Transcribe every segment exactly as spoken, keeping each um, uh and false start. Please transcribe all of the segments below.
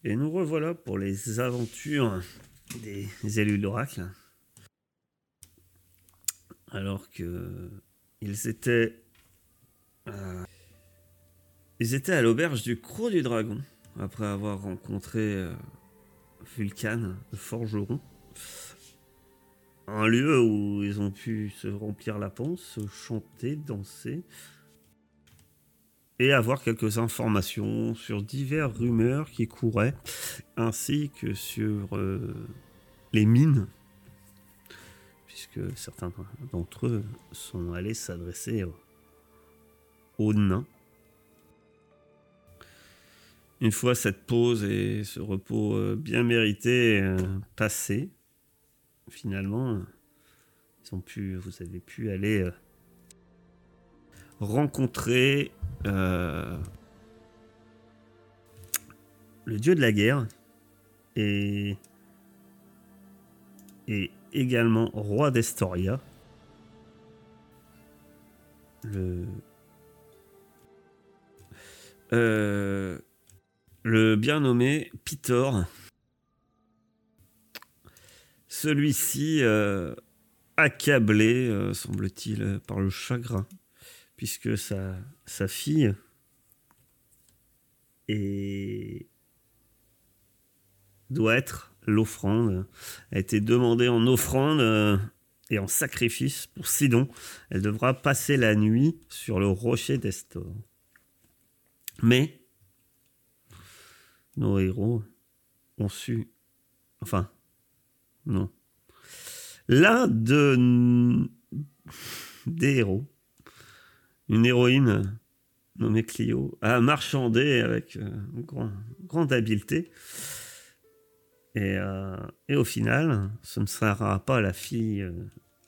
Et nous revoilà pour les aventures des élus de l'oracle. Alors que ils étaient, euh, ils étaient à l'auberge du Croc du Dragon après avoir rencontré euh, Vulcan, le forgeron. Un lieu où ils ont pu se remplir la panse, chanter, danser et avoir quelques informations sur diverses rumeurs qui couraient, ainsi que sur euh, les mines, puisque certains d'entre eux sont allés s'adresser aux, aux nains. Une fois cette pause et ce repos bien mérité euh, passé, finalement, ils ont pu, vous avez pu aller euh, rencontrer euh, le dieu de la guerre et, et également roi d'Estoria, le, euh, le bien nommé Pitor. Celui-ci euh, accablé, euh, semble-t-il, par le chagrin, puisque sa, sa fille est... doit être l'offrande, a été demandée en offrande euh, et en sacrifice pour Sidon. Elle devra passer la nuit sur le rocher d'Estor. Mais nos héros ont su... Enfin, non. L'un de... des héros, une héroïne nommée Clio, a marchandé avec euh, grand, grande habileté. Et, euh, et au final, ce ne sera pas la fille... Euh,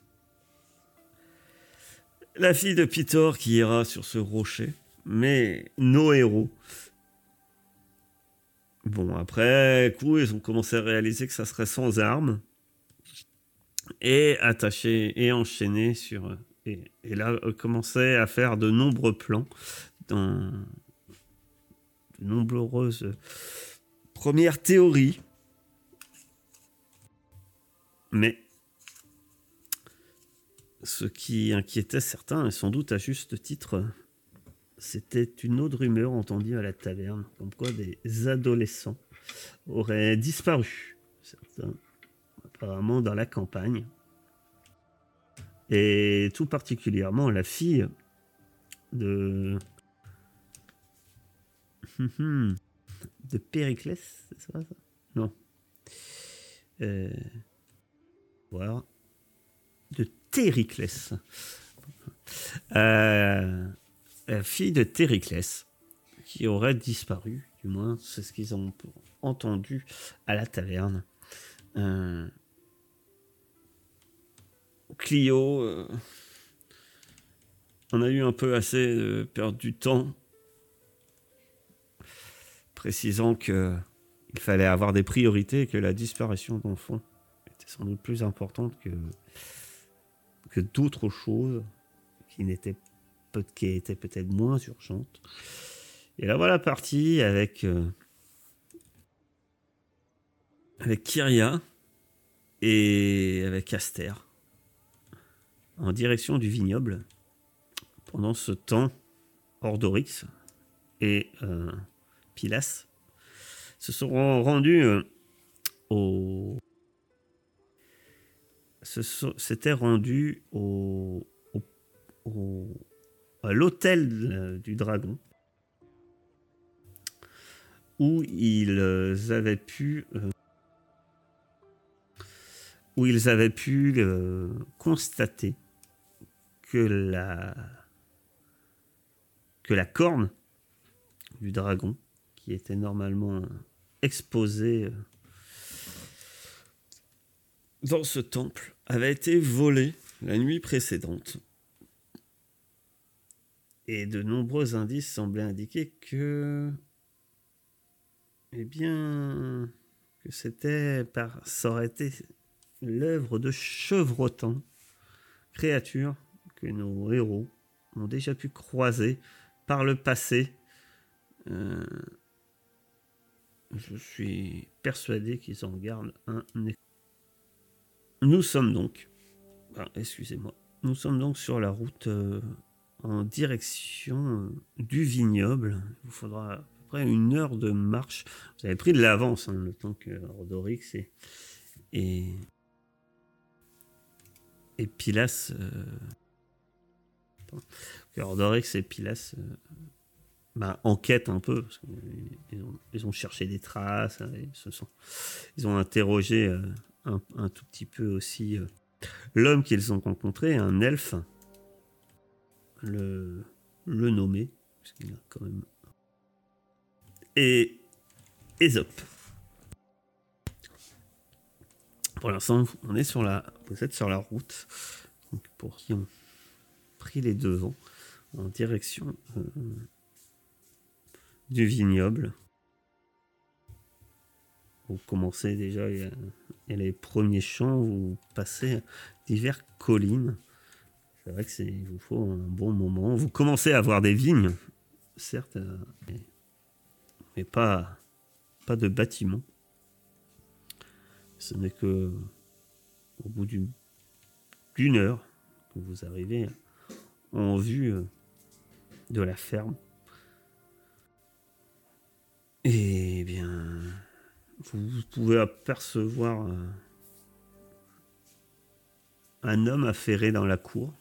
la fille de Pitor qui ira sur ce rocher, mais nos héros. Bon, après coup, ils ont commencé à réaliser que ça serait sans armes et attachés et enchaînés sur... Et, et là, ils commençaient à faire de nombreux plans dans de nombreuses premières théories. Mais ce qui inquiétait certains, et sans doute à juste titre, c'était une autre rumeur entendue à la taverne, comme quoi des adolescents auraient disparu, certains, apparemment dans la campagne. Et tout particulièrement la fille de... de Périclès, c'est ça, ça Non. Euh... Voir. De Tériclès. Euh... La fille de Tériclès, qui aurait disparu, du moins c'est ce qu'ils ont entendu à la taverne. Euh... Clio, euh... on a eu un peu assez de perdre du temps, précisant que il fallait avoir des priorités et que la disparition d'enfants était sans doute plus importante que, que d'autres choses qui n'étaient qui étaient peut-être moins urgentes. Et là voilà partie avec euh, avec Kyria et avec Aster en direction du vignoble. Pendant ce temps, Ordorix et euh, Pilas se sont rendus euh, au se so, s'étaient rendus au, au, au à l'hôtel du dragon où ils avaient pu euh, où ils avaient pu euh, constater que la que la corne du dragon qui était normalement exposée dans ce temple avait été volée la nuit précédente. Et de nombreux indices semblaient indiquer que, eh bien, que c'était par, ça aurait été l'œuvre de Chevrotin, créature que nos héros ont déjà pu croiser par le passé, euh, je suis persuadé qu'ils en gardent un. Nous sommes donc, ah, excusez-moi, nous sommes donc sur la route euh, en direction euh, du vignoble. Il vous faudra à peu près une heure de marche. Vous avez pris de l'avance, hein, le temps que Rodorix et et, et Pilas, euh, que Rodorix et Pilas euh, bah, enquêtent un peu parce qu'ils ont, ils ont cherché des traces, hein, ils, se sont, ils ont interrogé euh, un, un tout petit peu aussi. Euh, L'homme qu'ils ont rencontré, un elfe, le, le nommé, parce qu'il a quand même. Et Ésope. Pour l'instant, on est sur la, vous êtes sur la route, donc pour qui ont pris les devants en direction euh, du vignoble. Vous commencez déjà, il y, a, il y a les premiers champs, vous passez diverses collines. C'est vrai que c'est, il vous faut un bon moment. Vous commencez à avoir des vignes, certes, euh, mais, mais pas, pas de bâtiments. Ce n'est que au bout d'une, d'une heure que vous arrivez en vue de la ferme. Et bien, vous pouvez apercevoir un, un homme affairé dans la cour.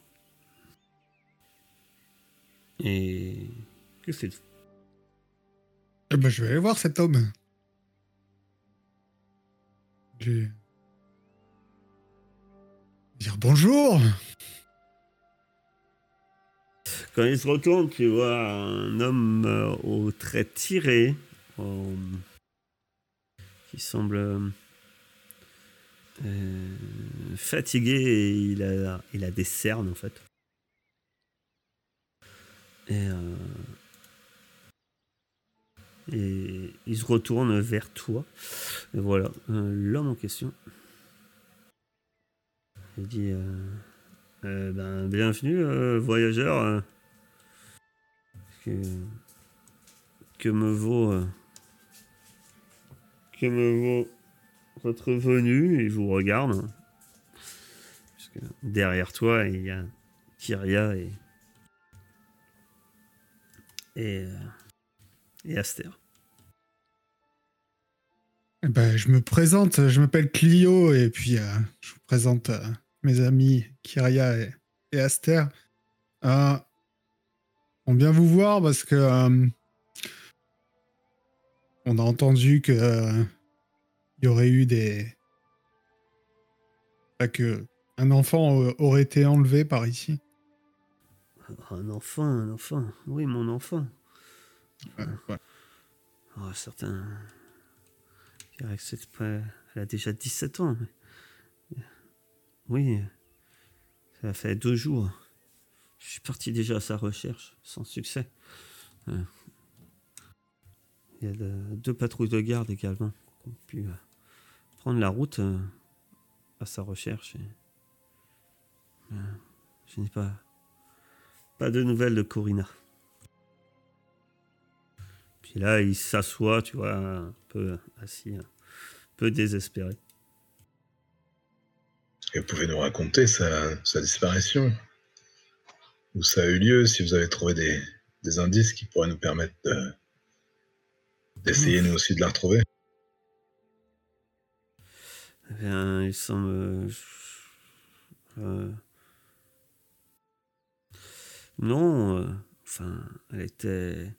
Et que faites-vous? Eh ben, je vais aller voir cet homme. Je vais dire bonjour. Quand il se retourne, tu vois un homme euh, aux traits tirés, euh, qui semble euh, fatigué et il a, il a des cernes en fait. Et, euh, et il se retourne vers toi. Et voilà, euh, l'homme en question. Il dit euh, euh, ben, bienvenue, euh, voyageur. Euh, que, que me vaut euh, que me vaut votre venue? Et je vous regarde. Hein, parce que derrière toi, il y a Kyria et et, euh, et Aster. Eh ben, je me présente, je m'appelle Clio et puis euh, je vous présente euh, mes amis Kyria et, et Aster. Euh, on vient vous voir parce que euh, on a entendu que euh, il y aurait eu des, enfin, que un enfant euh, aurait été enlevé par ici. Un enfant, un enfant. Oui, mon enfant. Ouais, Enfin, ouais. oh, certains diraient que c'est pas... Elle a déjà dix-sept ans. Mais... Oui, ça fait deux jours. Je suis parti déjà à sa recherche, sans succès. Euh, il y a de, deux patrouilles de garde également qui ont pu euh, prendre la route euh, à sa recherche. Et, euh, je n'ai pas, pas de nouvelles de Corina. Puis là, il s'assoit, tu vois, un peu assis, un peu désespéré. Et vous pouvez nous raconter sa, sa disparition, où ça a eu lieu, si vous avez trouvé des, des indices qui pourraient nous permettre de, d'essayer nous aussi de la retrouver. Eh bien, il semble... Euh, non, euh, enfin, elle était...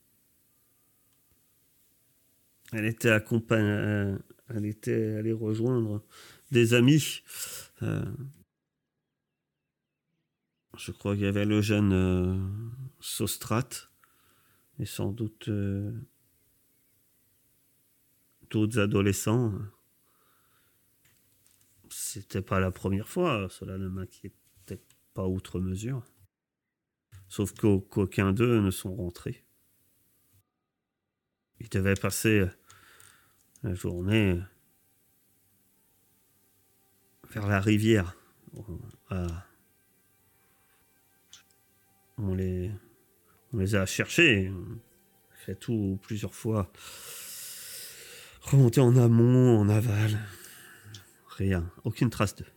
Elle était accompagnée... Elle était allée rejoindre des amis. Euh, je crois qu'il y avait le jeune euh, Sostrate et sans doute euh, d'autres adolescents. C'était pas la première fois, cela ne m'inquiétait pas outre mesure. Sauf qu'aucun d'eux ne sont rentrés. Ils devaient passer la journée vers la rivière. Ah. On les, on les a cherchés. On a fait tout plusieurs fois. remonter en amont, en aval. Rien. Aucune trace d'eux.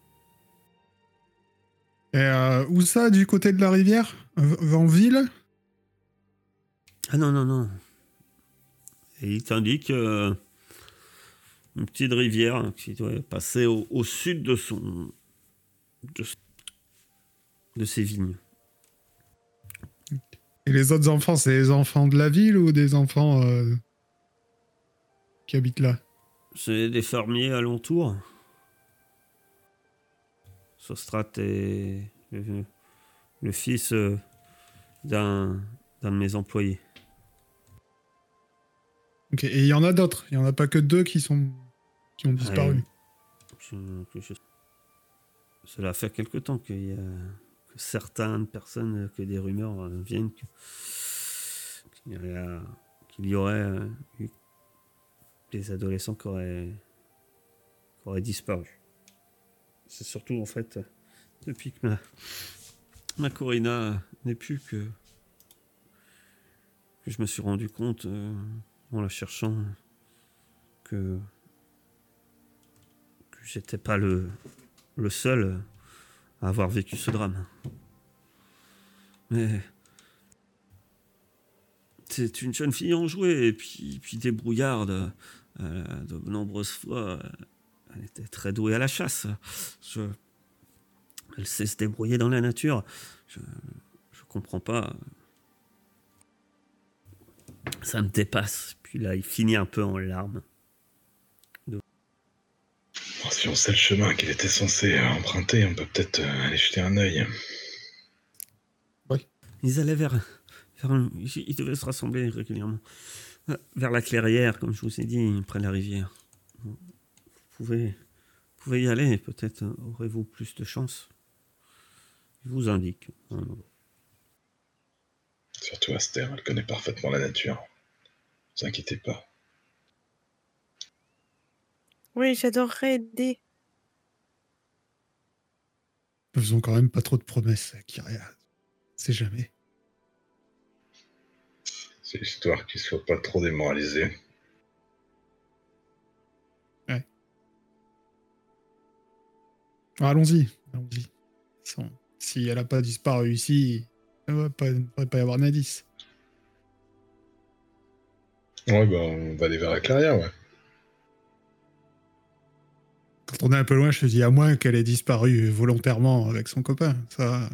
Et euh, où ça, du côté de la rivière? Euh, En ville? Ah non, non, non. Et il t'indique euh, une petite rivière qui doit passer au, au sud de son... de, de ses vignes. Et les autres enfants, c'est les enfants de la ville ou des enfants euh, qui habitent là? C'est des fermiers alentours. Sostrat est le, le fils euh, d'un, d'un de mes employés. Ok, et il y en a d'autres. Il y en a pas que deux qui sont qui ont disparu. Ouais, je- que je- cela fait quelque temps qu'il y a que certaines personnes, que des rumeurs euh, viennent que, qu'il, y a- qu'il y aurait euh, eu des adolescents qui auraient, qui auraient disparu. C'est surtout en fait euh, depuis que ma, ma Corina n'est plus que, que je me suis rendu compte euh, en la cherchant que, que j'étais pas le, le seul à avoir vécu ce drame. Mais c'est une jeune fille enjouée et puis, puis débrouillarde. Euh, de nombreuses fois, elle était très douée à la chasse. Je, elle sait se débrouiller dans la nature. Je, je comprends pas. Ça me dépasse. Puis là, il finit un peu en larmes. Bon, si on sait le chemin qu'il était censé euh, emprunter, on peut peut-être euh, aller jeter un œil. Ils allaient vers, vers un- ils devaient se rassembler régulièrement euh, vers la clairière, comme je vous ai dit, près de la rivière. Vous pouvez, vous pouvez y aller. Peut-être euh, aurez-vous plus de chance. Je vous indique. un endroit. Surtout Aster, elle connaît parfaitement la nature. Ne vous inquiétez pas. Oui, j'adorerais aider. Ne faisons quand même pas trop de promesses, Kyria. C'est jamais. C'est histoire qu'il soit pas trop démoralisé. Ouais. Ah, allons-y. Allons-y. Sans- Si elle a pas disparu ici, il ne devrait pas y avoir d'indice. Ouais, bah on va aller vers la clairière, ouais. Quand on est un peu loin, je te dis à moins qu'elle ait disparu volontairement avec son copain. Ça.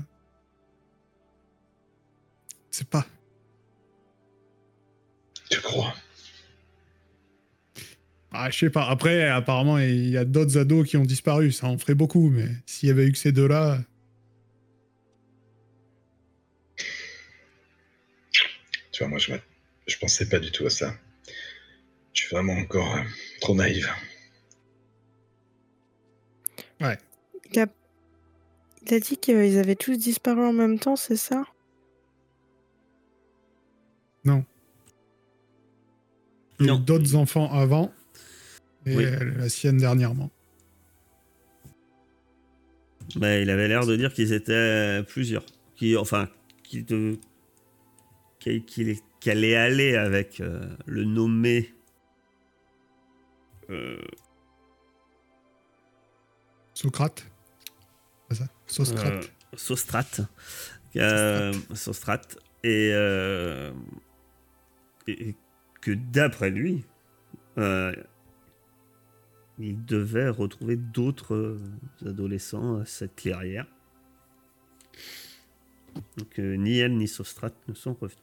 C'est pas. Tu crois? Ah, je sais pas. Après, apparemment, il y a d'autres ados qui ont disparu. Ça en ferait beaucoup, mais s'il y avait eu que ces deux-là. Tu vois, moi, je, m'a- je pensais pas du tout à ça. Je suis vraiment encore euh, trop naïve. Ouais. Il a, il a dit qu'ils avaient tous disparu en même temps, c'est ça? Non. Il y a eu Non. d'autres enfants avant. Et Oui. la sienne dernièrement. Mais il avait l'air de dire qu'ils étaient plusieurs. Qui, enfin, qui, de, qui, qui, qui allaient aller avec euh, le nommé. Euh, Socrate. C'est ça? Sostrate. euh, Sostrate. Euh, Sostrate. Et, euh, et, et que d'après lui, euh, il devait retrouver d'autres euh, adolescents à cette clairière. Donc euh, ni elle ni Sostrate ne sont revenus.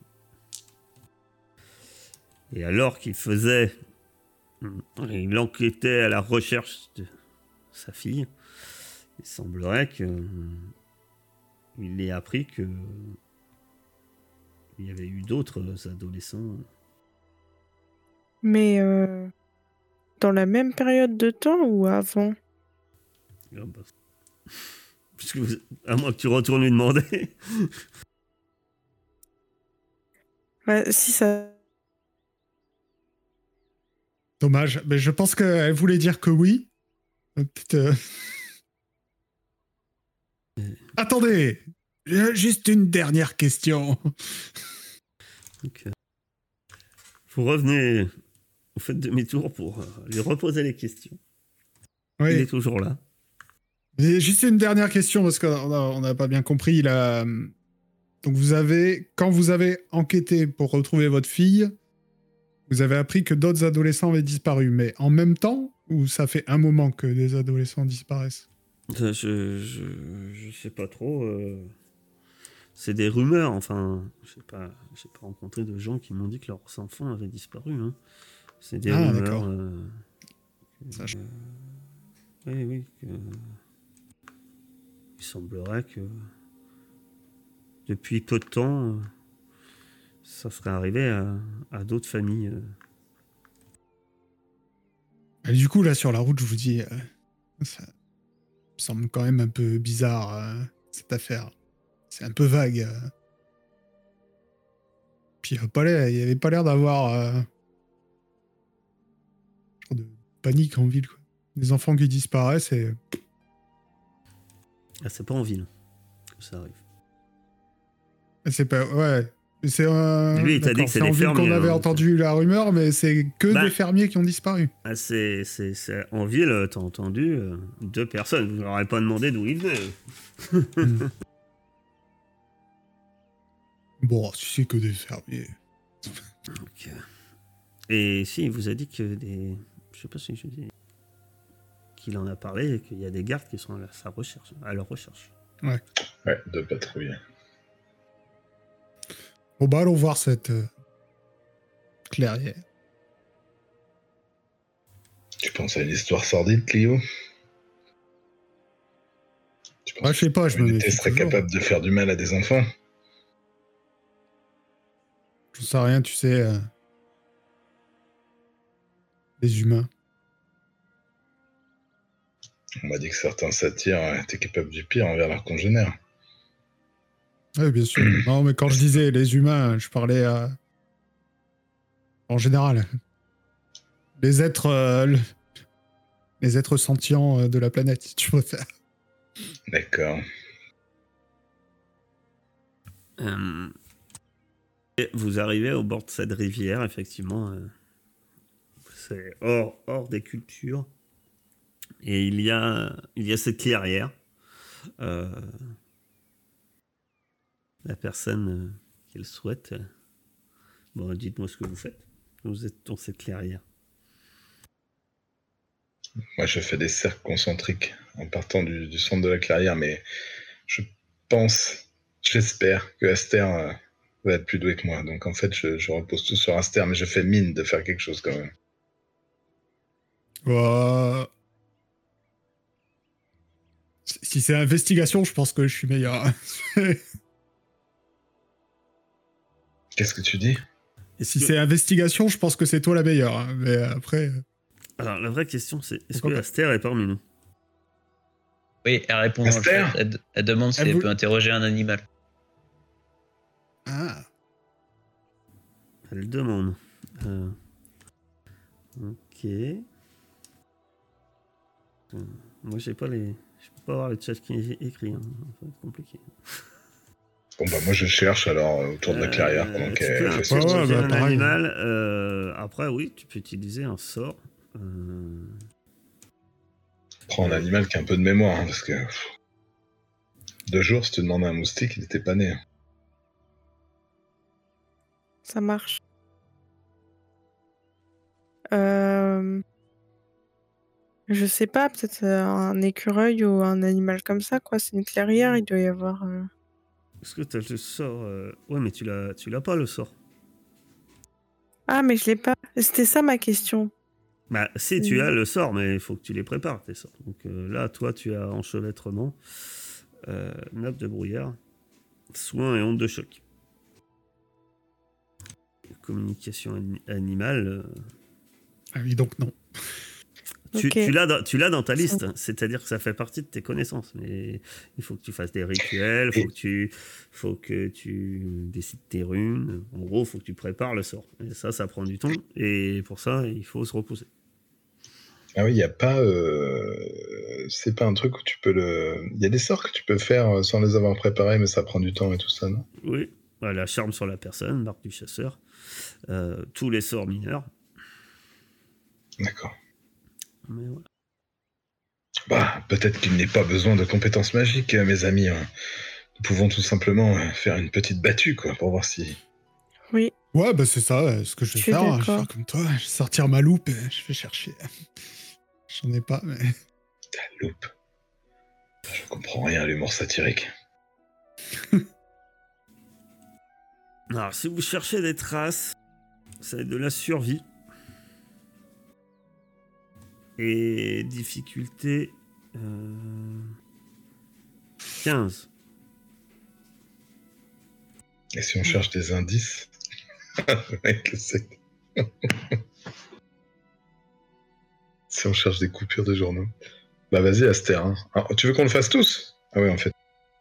Et alors qu'il faisait, il enquêtait à la recherche de sa fille, il semblerait que il ait appris que il y avait eu d'autres adolescents. Mais euh, dans la même période de temps ou avant? Ah bah, parce que vous- à moins que tu retournes lui demander. Ouais, si ça... Dommage. Mais je pense qu'elle voulait dire que oui. Euh, Peut-être. euh, Attendez! J'ai juste une dernière question. Donc, euh, vous revenez vous faites demi-tour pour euh, lui reposer les questions. Oui. Il est toujours là. Et juste une dernière question, parce qu'on n'a pas bien compris. Il a... Donc, vous avez, quand vous avez enquêté pour retrouver votre fille, vous avez appris que d'autres adolescents avaient disparu. Mais en même temps, ou ça fait un moment que des adolescents disparaissent? Je, je, je, je sais pas trop. Euh... C'est des rumeurs. Enfin, je sais pas. J'ai pas rencontré de gens qui m'ont dit que leurs enfants avaient disparu. Hein. C'est des Ah, rumeurs. d'accord. Euh... Ça, je- Euh, Oui, oui. que- Il semblerait que depuis peu de temps, euh, ça serait arrivé à, à d'autres familles. euh. Et du coup, là, sur la route, je vous dis, euh, ça me semble quand même un peu bizarre, euh, cette affaire. C'est un peu vague. euh. Puis, il n'y avait pas l'air d'avoir euh, genre de panique en ville, quoi. Des enfants qui disparaissent et... Ah, c'est pas en ville que ça arrive. C'est pas... Ouais. C'est euh, Lui, il t'a dit d'accord, que c'est c'est en des ville qu'on fermiers, avait hein, entendu la rumeur, mais c'est que Bah. des fermiers qui ont disparu. Ah, c'est, c'est, c'est- En ville, euh, t'as entendu euh, deux personnes. Vous n'aurez pas demandé d'où ils venaient. Hmm. Bon, si c'est que des fermiers... Donc, euh, Et si, il vous a dit que des... Je sais pas si je dis... qu'il en a parlé et qu'il y a des gardes qui sont à sa recherche, à leur recherche. Ouais, de patrouille. Bon, bah, allons voir cette euh, clairière. Tu penses à une histoire sordide, Clio? Tu penses Ouais, je sais pas, je que me l'humanité méfie serait toujours. capable de faire du mal à des enfants? Je sais rien, tu sais... euh, Les humains. On m'a dit que certains satyres étaient capables du pire envers leurs congénères. Oui, bien sûr. Non, mais quand je disais les humains, je parlais euh, en général. Les êtres, euh, le- les êtres sentients euh, de la planète, si tu préfères. D'accord. Euh, et vous arrivez au bord de cette rivière, effectivement. euh, c'est hors, hors des cultures. Et il y a, il y a cette clairière. Euh, la personne euh, qui le souhaite. euh, bon, dites-moi ce que vous faites. Vous êtes dans cette clairière. Moi, je fais des cercles concentriques en partant du, du centre de la clairière, mais je pense, j'espère que Aster euh, va être plus doué que moi. Donc, en fait, je, je repose tout sur Aster, mais je fais mine de faire quelque chose quand même. Euh, Si si c'est investigation, je pense que je suis meilleur. Qu'est-ce que tu dis? Est-ce Si que- c'est investigation, je pense que c'est toi la meilleure. hein. Mais après... euh, Alors, la vraie question, c'est est-ce Pourquoi que pas Aster est parmi nous? Oui, elle répond dans le Aster chat. Elle, elle demande si Elle elle vou- peut interroger un animal. Ah. Elle demande. Euh, Ok. Euh, Moi, j'ai pas les. Je peux pas avoir le chat qui est écrit. Hein. Ça va être compliqué. Bon, bah, moi, je cherche alors euh, autour de la clairière Euh, pendant tu qu'elle peux fait son Ouais, ouais, interroger bah, un pareil. animal. euh, Après, oui, tu peux utiliser un sort. Euh, Prends un animal qui a un peu de mémoire, hein, parce que. pff, deux jours, si tu demandes à un moustique, il était pas né. Ça marche. Euh, Je sais pas, peut-être euh, un écureuil ou un animal comme ça, quoi. C'est une clairière, il doit y avoir. euh, Est-ce que tu as le sort euh, Ouais, mais tu l'as, tu l'as pas le sort. Ah, mais je l'ai pas. C'était ça ma question. Bah, si, tu as le sort, mais il faut que tu les prépares, tes sorts. Donc euh, là, toi, tu as enchevêtrement, euh, nappe de brouillard, soin et onde de choc. Communication ani- animale, euh, Ah oui, donc non. tu, Ok. tu l'as dans, tu l'as dans ta Ça- liste, c'est-à-dire que ça fait partie de tes connaissances. Mais il faut que tu fasses des rituels, Et- faut que tu, faut que tu décides tes runes. En gros, il faut que tu prépares le sort. Et ça, ça prend du temps. Et pour ça, il faut se reposer. Ah oui, il n'y a pas. euh, C'est pas un truc où tu peux le. Il y a des sorts que tu peux faire sans les avoir préparés, mais ça prend du temps et tout ça, non? Oui, voilà, charme sur la personne, marque du chasseur, euh, tous les sorts mineurs. D'accord. Mais voilà. Bah, peut-être qu'il n'est pas besoin de compétences magiques, euh, mes amis. hein. Nous pouvons tout simplement euh, faire une petite battue, quoi, pour voir si... Oui, Ouais, bah c'est ça, euh, ce que je je vais suis faire. hein. Je vais d'accord. faire comme toi, je vais sortir ma loupe et je vais chercher. J'en ai pas, mais... Ta loupe. Je comprends rien à l'humour satirique. Alors, si vous cherchez des traces, ça va être de la survie. Et difficulté euh, quinze. Et si on cherche des indices? Le mec, c'est- Si on cherche des coupures de journaux. Bah vas-y, Aster. Hein. Ah, tu veux qu'on le fasse tous? Ah ouais, en fait.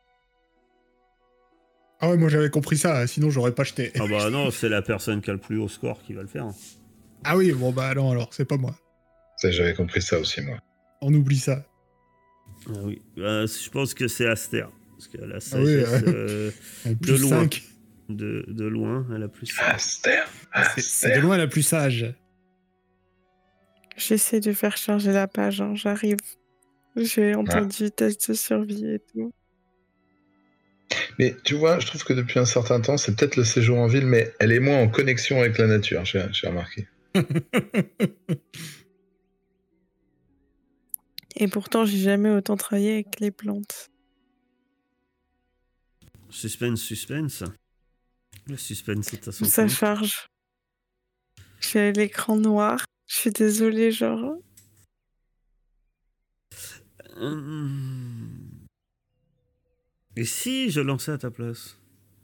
Ah ouais, moi j'avais compris ça, sinon j'aurais pas jeté. Ah bah non, c'est la personne qui a le plus haut score qui va le faire. Ah oui, bon bah non, alors, c'est pas moi. Ça, j'avais compris ça aussi, moi. On oublie ça. Ah oui, Euh, je pense que c'est Aster. Parce qu'elle a la Ah oui, sagesse euh, euh, Plus de loin. cinq. De, de loin, elle a plus cinq. Aster C'est- C'est de Aster loin la plus sage. J'essaie de faire charger la page, hein, j'arrive. J'ai entendu test de survie et tout. Mais tu vois, je trouve que depuis un certain temps, c'est peut-être le séjour en ville, mais elle est moins en connexion avec la nature, j'ai j'ai remarqué. Et pourtant, j'ai jamais autant travaillé avec les plantes. Suspense, suspense. Le suspense est à son Ça comble. charge. J'ai l'écran noir. Je suis désolée, genre. Hum. Et si je lançais à ta place?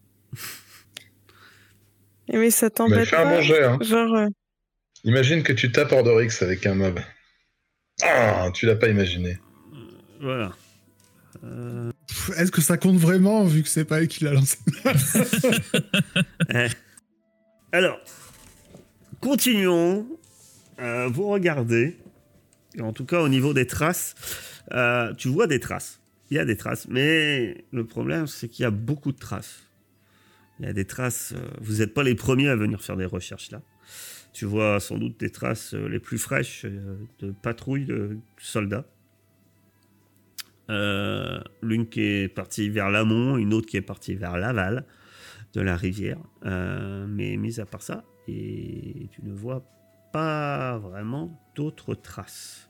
Eh, Mais ça Mais t'embête fais un pas? bon jet, hein. Genre, euh, Imagine que tu tapes Ordorix avec un mob. Ah, tu l'as pas imaginé. Euh, Voilà. Euh, Pff, Est-ce que ça compte vraiment, vu que c'est pas elle qui l'a lancé? eh. Alors, continuons. Euh, vous regardez. Et en tout cas, au niveau des traces, euh, tu vois des traces. Il y a des traces. Mais le problème, c'est qu'il y a beaucoup de traces. Il y a des traces. euh, vous n'êtes pas les premiers à venir faire des recherches là. Tu vois sans doute des traces euh, les plus fraîches euh, de patrouilles de soldats. Euh, L'une qui est partie vers l'amont, une autre qui est partie vers l'aval de la rivière. Euh, mais mis à part ça, et tu ne vois pas vraiment d'autres traces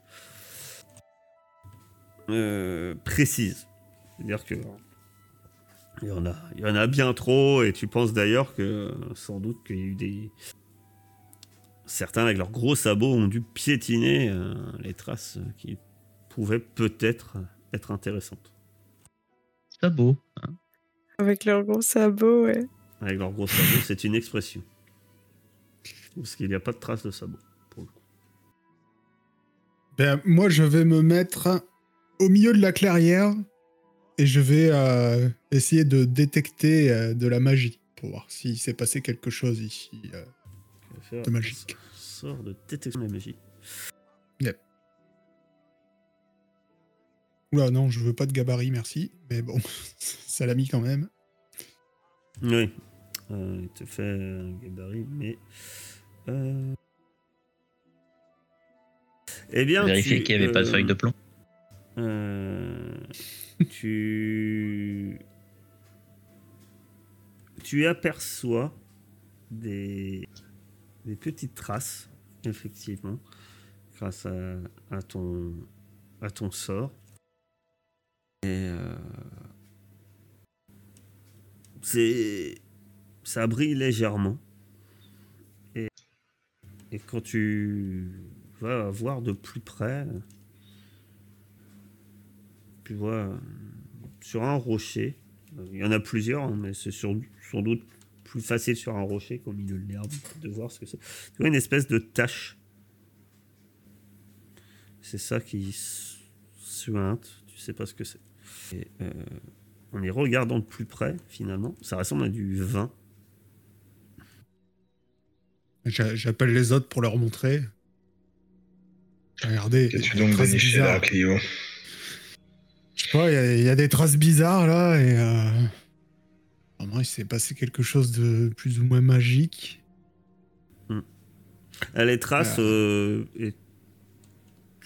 euh, précises. C'est-à-dire que il y en a, il y en a bien trop, et tu penses d'ailleurs que sans doute qu'il y a eu des certains avec leurs gros sabots ont dû piétiner euh, les traces qui pouvaient peut-être être intéressantes. C'est beau. avec leurs gros sabots, ouais. Avec leurs gros sabots, c'est une expression. Parce qu'il n'y a pas de traces de sabots, pour le coup. Ben, moi, je vais me mettre au milieu de la clairière et je vais euh, essayer de détecter euh, de la magie pour voir s'il s'est passé quelque chose ici. euh. Je vais faire De magique. un sort de détection de la magie. Oula, non, je veux pas de gabarit, merci. Mais bon, ça l'a mis quand même. Oui. Euh, il te fait un gabarit, mais... Euh... Eh bien, Vérifier tu, qu'il n'y avait pas de euh, feuille de plomb. Euh, tu... Tu aperçois des... des petites traces, effectivement, grâce à, à, ton, à ton sort. Et euh, c'est... ça brille légèrement. Et, et quand tu vas voir de plus près, tu vois euh, sur un rocher, il y en a plusieurs, hein, mais c'est sur, sans doute plus facile sur un rocher qu'au milieu de l'herbe de voir ce que c'est. Tu vois une espèce de tache. C'est ça qui suinte, tu sais pas ce que c'est. Et, euh, en y regardant de plus près, finalement, ça ressemble à du vin. J'a- J'appelle les autres pour leur montrer. Regardez, il y a Qu'as-tu des donc traces déniché là, bizarres. Clio? Je sais pas, il y a- il y, a des traces bizarres là et... Euh... Vraiment, il s'est passé quelque chose de plus ou moins magique. Les traces Ah. euh, et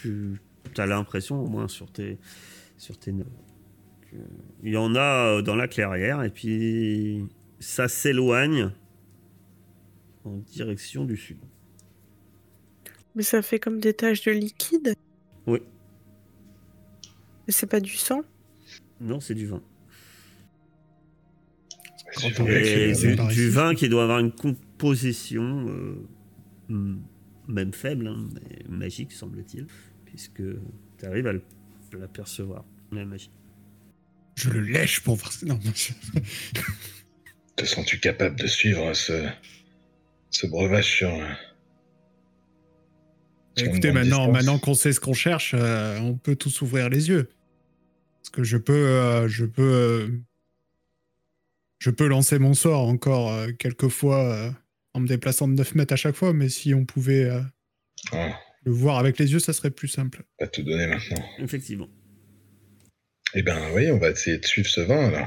tu as l'impression, au moins sur tes, sur tes notes, qu'il y en a dans la clairière, et puis ça s'éloigne en direction du sud. Mais ça fait comme des taches de liquide. Oui. Mais c'est pas du sang. Non, c'est du vin. Si Quand vous on voulez, fait Et que c'est du, par du ici, vin je qui doit avoir une composition, euh, hmm, même faible, hein, mais magique, semble-t-il, puisque tu arrives à le- à l'apercevoir, la magie. Je le lèche pour voir. Non, non, je- te sens-tu capable de suivre ce, ce breuvage sur, euh, sur une Écoutez, grande maintenant, distance? maintenant qu'on sait ce qu'on cherche, euh, on peut tous ouvrir les yeux. Parce que je peux, euh, je peux, euh, je peux lancer mon sort encore euh, quelques fois euh, en me déplaçant de neuf mètres à chaque fois, mais si on pouvait euh, Ah, le voir avec les yeux, ça serait plus simple. pas tout donner maintenant. Effectivement. Eh ben oui, on va essayer de suivre ce vin alors.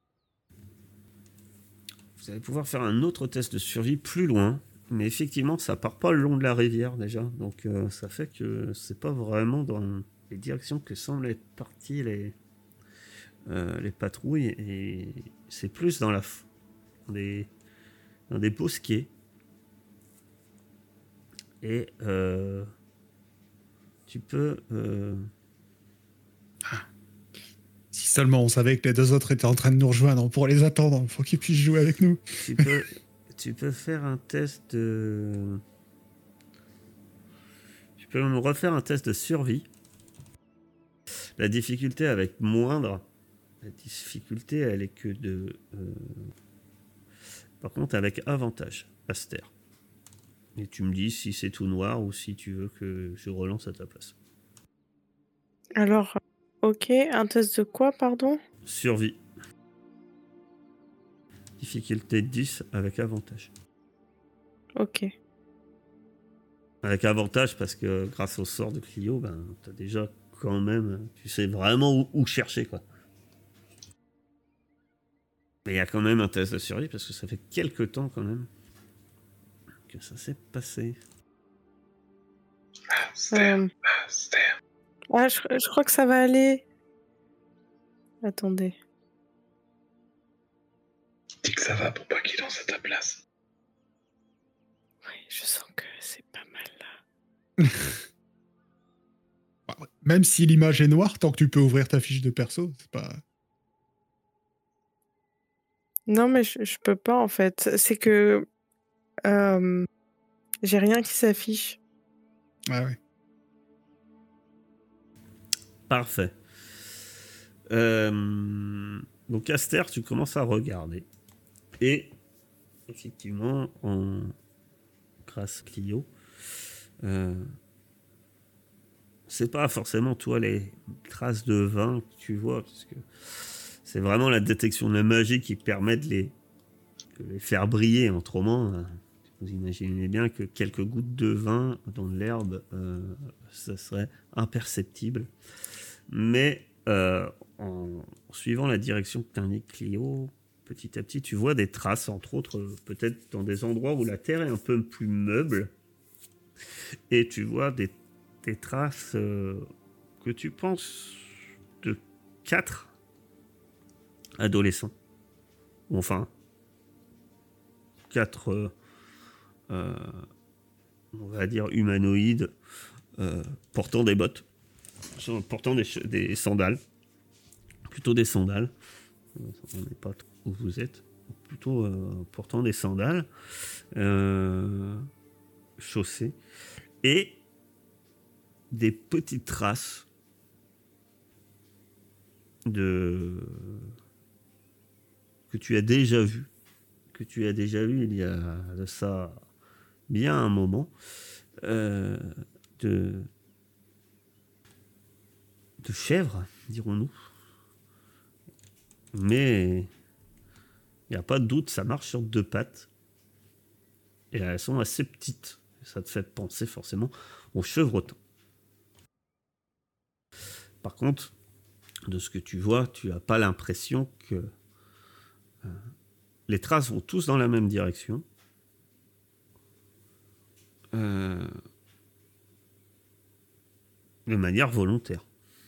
Vous allez pouvoir faire un autre test de survie plus loin, mais effectivement, ça part pas le long de la rivière déjà, donc euh, ça fait que c'est pas vraiment dans les directions que semblent être parties les, euh, les patrouilles, et c'est plus dans, la, f- dans, des, dans des bosquets. Et euh, tu peux... euh, Si seulement on savait que les deux autres étaient en train de nous rejoindre pour les attendre, faut qu'ils puissent jouer avec nous. tu peux, tu peux faire un test de... Tu peux me refaire un test de survie. La difficulté avec moindre. La difficulté, elle est que de... euh, Par contre, avec avantage, Aster. Et tu me dis si c'est tout noir ou si tu veux que je relance à ta place. Alors, ok, un test de quoi, pardon? Survie. Difficulté dix avec avantage. Ok. Avec avantage parce que grâce au sort de Clio, ben, t'as déjà quand même... Tu sais vraiment où, où chercher, quoi. Mais il y a quand même un test de survie parce que ça fait quelques temps quand même que ça s'est passé. Ah, Ster, Euh, ah, Ster. Ah, je, je crois que ça va aller. Attendez. Dis que ça va pour pas qu'il lance à ta place. Oui, je sens que c'est pas mal là. Même si l'image est noire, tant que tu peux ouvrir ta fiche de perso, c'est pas. Non, mais je, je peux pas en fait. C'est que euh, j'ai rien qui s'affiche. Ah ouais. Parfait. Euh, donc Aster, tu commences à regarder. Et effectivement, en... grâce à Clio, euh... c'est pas forcément toi les traces de vin que tu vois, parce que c'est vraiment la détection de la magie qui permet de les, de les faire briller. Autrement, vous imaginez bien que quelques gouttes de vin dans l'herbe, euh, ça serait imperceptible. Mais euh, en suivant la direction que t'indique Clio, petit à petit, tu vois des traces, entre autres, euh, peut-être dans des endroits où la terre est un peu plus meuble. Et tu vois des, des traces euh, que tu penses de quatre adolescents. Ou enfin, quatre, euh, euh, on va dire, humanoïdes euh, portant des bottes, portant des, des sandales, plutôt des sandales. On n'est pas trop où vous êtes, plutôt euh, portant des sandales, euh, chaussées, et des petites traces de que tu as déjà vu, que tu as déjà vu il y a de ça bien un moment, euh, de de chèvres, dirons-nous. Mais il n'y a pas de doute, ça marche sur deux pattes. Et elles sont assez petites. Ça te fait penser forcément aux chevrotins. Par contre, de ce que tu vois, tu n'as pas l'impression que euh, les traces vont tous dans la même direction. Euh, de manière volontaire.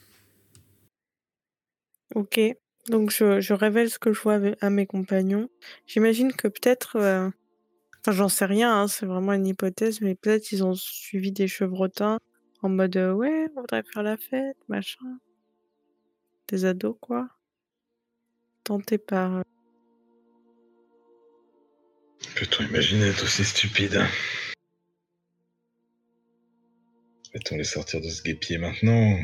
Ok. Donc je, je révèle ce que je vois avec- à mes compagnons. J'imagine que peut-être, euh, enfin j'en sais rien, hein, c'est vraiment une hypothèse, mais peut-être ils ont suivi des chevrotins en mode euh, ouais, on voudrait faire la fête, machin. Des ados quoi. Tentés par. euh, Peut-on imaginer être aussi stupide? Va-t-on les sortir de ce guépier maintenant?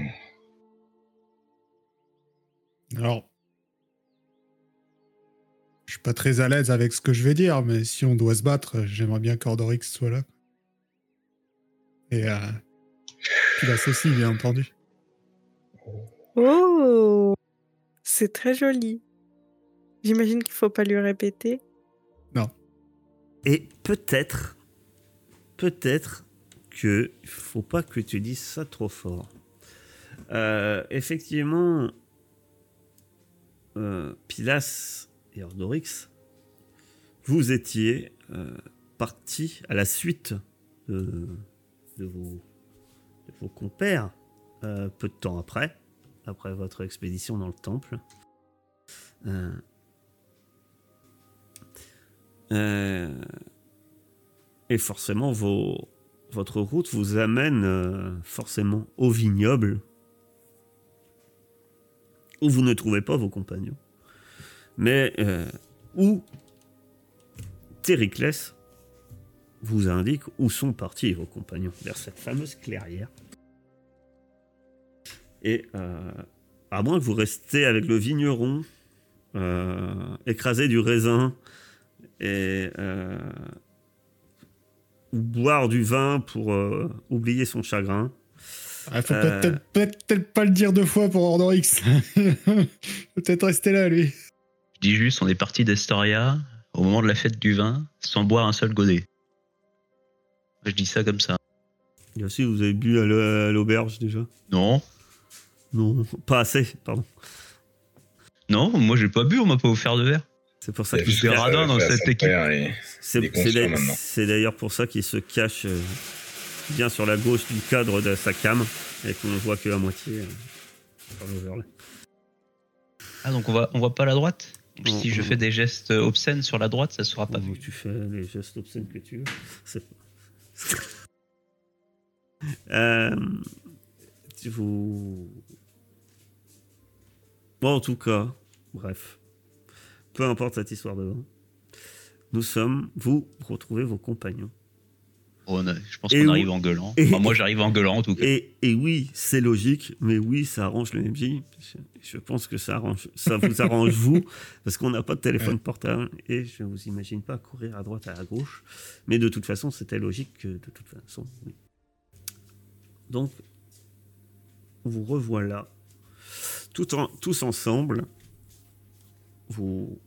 Alors, je suis pas très à l'aise avec ce que je vais dire, mais si on doit se battre, j'aimerais bien qu'Ordorix soit là. Et euh, Pilas aussi, bien entendu. Oh, c'est très joli. J'imagine qu'il faut pas lui répéter. Non. Et peut-être, peut-être que faut pas que tu dises ça trop fort. Euh, effectivement, euh, Pilas et Ordorix, vous étiez euh, partis à la suite de, de, vos, de vos compères euh, peu de temps après, après votre expédition dans le temple. Euh, euh, et forcément, vos, votre route vous amène euh, forcément au vignoble où vous ne trouvez pas vos compagnons, mais euh, où Tériclès vous indique où sont partis vos compagnons, vers cette fameuse clairière. Et euh, à moins que vous restiez avec le vigneron, euh, écraser du raisin et euh, ou boire du vin pour euh, oublier son chagrin. Il faut Euh, peut-être peut-être peut-être pas le dire deux fois pour Ordorix. Il faut peut-être rester là, lui. Je dis juste, on est parti d'Estoria au moment de la fête du vin sans boire un seul godet. Je dis ça comme ça. Et aussi, vous avez bu à l'au- à l'auberge déjà? Non, Non, pas assez, pardon. non, moi j'ai pas bu, on m'a pas offert de verre. C'est pour ça Il y a qu'il juste se des que ça radins avait dans fait à cette son équipe. père et- C'est Il est c'est conscient d'a- maintenant. c'est d'ailleurs pour ça qu'il se cache euh, bien sur la gauche du cadre de sa cam et qu'on ne voit que à moitié euh, par l'overlay. Ah, donc on va, on voit pas la droite. Donc, Non, si je non. fais des gestes obscènes sur la droite, ça sera pas Ou vu. tu fais les gestes obscènes que tu veux. C'est euh, tu vous... Bon, en tout cas, bref. Peu importe cette histoire de vin. Nous sommes, vous retrouvez vos compagnons. On a- je pense Et qu'on où- arrive en gueulant. et- Enfin, moi j'arrive en gueulant en tout cas. Et, et oui, c'est logique, mais oui, ça arrange le M J. Je, je pense que ça, arrange, ça vous arrange vous, parce qu'on n'a pas de téléphone portable et je ne vous imagine pas courir à droite à gauche. Mais de toute façon, c'était logique que de toute façon. Oui. Donc, vous revoilà, tout en, tous ensemble. Vous.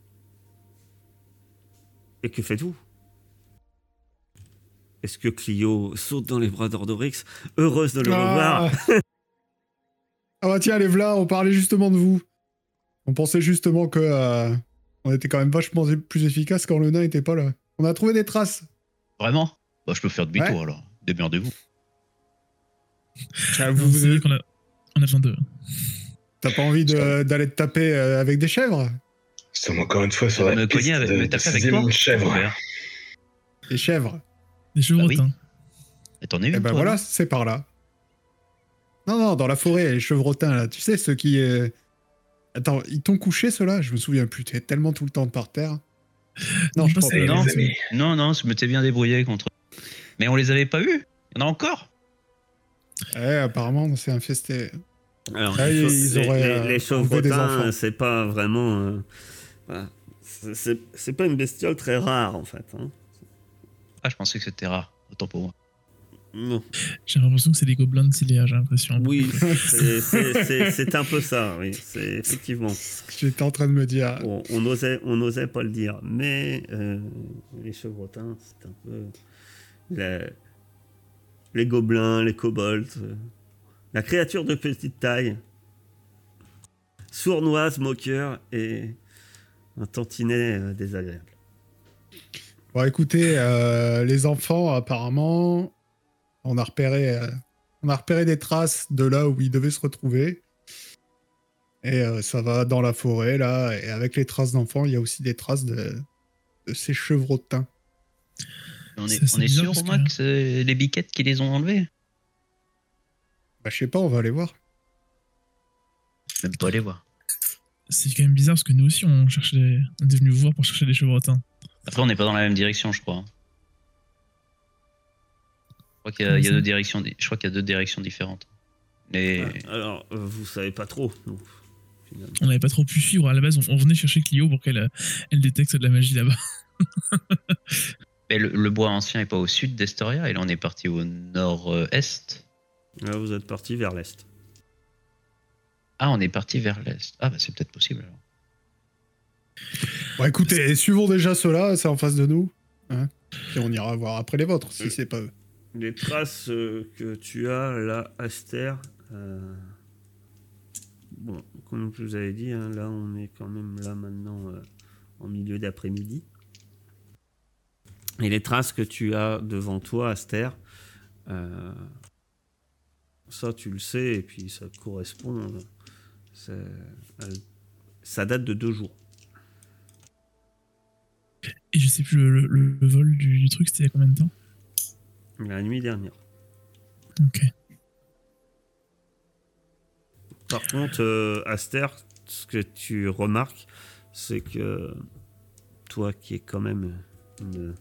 Et que faites-vous? Est-ce que Clio saute dans les bras d'Ordorix, heureuse de le revoir? Ah. Ah bah tiens, les v'là, on parlait justement de vous. On pensait justement que euh, on était quand même vachement plus efficace quand le nain était pas là. On a trouvé des traces. Vraiment? Bah, je peux faire demi-tour Ouais. alors. Démerdez-vous. Ah, Non, vous- c'est vrai qu'on a, on a besoin de. T'as pas envie de- d'aller te taper euh, avec des chèvres? Nous sommes encore une fois sur Ça la va me piste cogner avec, de, me de taper avec sixième toi. chèvre. Robert. Des chèvres. Des chevrotins. oui. Et t'en es Eh une ben toi, voilà, non c'est par là. Non, non, dans la forêt, les chevrotins, là. Tu sais, ceux qui... euh, Attends, ils t'ont couché, ceux-là? Je me souviens plus. T'es tellement tout le temps par terre. Non, Ils je crois passaient- pas. Non, les amis. non, non, je m'étais bien débrouillé contre. Mais on les avait pas eus. Il y en a encore. Ouais, apparemment, on s'est infesté. Alors, Ah, les, ils- cho- ils les- auraient, les- euh, les enlevé des chevrotins, enfants. c'est pas vraiment. euh, voilà. C'est- c'est c'est pas une bestiole très rare en fait. Hein. Ah, je pensais que c'était rare. Autant pour moi. Non. J'ai l'impression que c'est des gobelins de Ciléa, j'ai l'impression. Oui, c'est- c'est c'est- c'est un peu ça, oui. C'est effectivement. J'étais en train de me dire... On, on n'osait on n'osait pas le dire, mais euh, les chevrotins, c'est un peu. la- les gobelins, les kobolds, euh, la créature de petite taille, sournoise, moqueur et un tantinet euh, désagréable. Bon, écoutez, euh, les enfants, apparemment, on a repéré euh, on a repéré des traces de là où ils devaient se retrouver. Et euh, ça va dans la forêt, là. Et avec les traces d'enfants, il y a aussi des traces de, de ces chevrotins. On C'est est, assez on est bizarre sûr, parce Romain, que- que c'est les biquettes qui les ont enlevés? Bah, je sais pas, on va aller voir. Même pas aller voir. C'est quand même bizarre parce que nous aussi, on cherchait, on était venu vous voir pour chercher des chevrotins. Après, on n'est pas dans la même direction, je crois. Je crois qu'il y a, Comment il y a ça deux directions. di- Je crois qu'il y a deux directions différentes. Mais Ah, alors, euh, vous savez pas trop, donc, finalement. On n'avait pas trop pu suivre. À la base, on, on venait chercher Clio pour qu'elle euh, elle détecte de la magie là-bas. mais le, le bois ancien est pas au sud d'Estoria, et là on est parti au nord-est. Là, vous êtes parti vers l'est. Ah, on est parti vers l'est. Ah, bah c'est peut-être possible alors. Bon, écoutez, suivons déjà ceux-là, c'est en face de nous. Hein, et on ira voir après les vôtres, si c'est pas eux. Les traces euh, que tu as là, Aster, euh, bon, comme je vous avais dit, hein, là on est quand même là maintenant euh, en milieu d'après-midi. Et les traces que tu as devant toi, Aster, euh, ça tu le sais, et puis ça correspond, euh, c'est- euh, ça date de deux jours. Et je sais plus, le, le- le vol du, du truc, c'était il y a combien de temps? La nuit dernière. Ok. Par contre, euh, Aster, ce que tu remarques, c'est que toi qui es quand même une,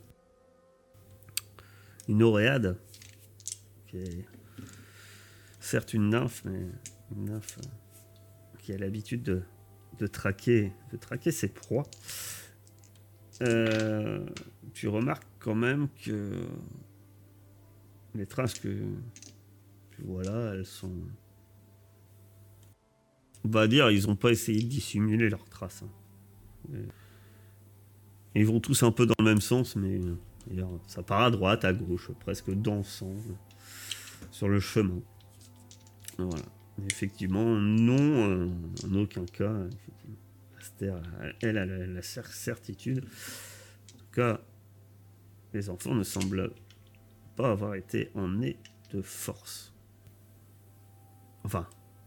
une auréade, qui est certes une nymphe, mais une nymphe euh, qui a l'habitude de, de, traquer, de traquer ses proies, euh, tu remarques quand même que les traces que tu vois là, elles sont... On va dire, ils n'ont pas essayé de dissimuler leurs traces. Hein. Et ils vont tous un peu dans le même sens, mais euh, ça part à droite, à gauche, presque dansant euh, sur le chemin. Voilà. Mais effectivement, non, euh, en aucun cas. Effectivement. Aster, elle a la, la certitude. En tout cas, les enfants ne semblent pas avoir été emmenés de force. Enfin,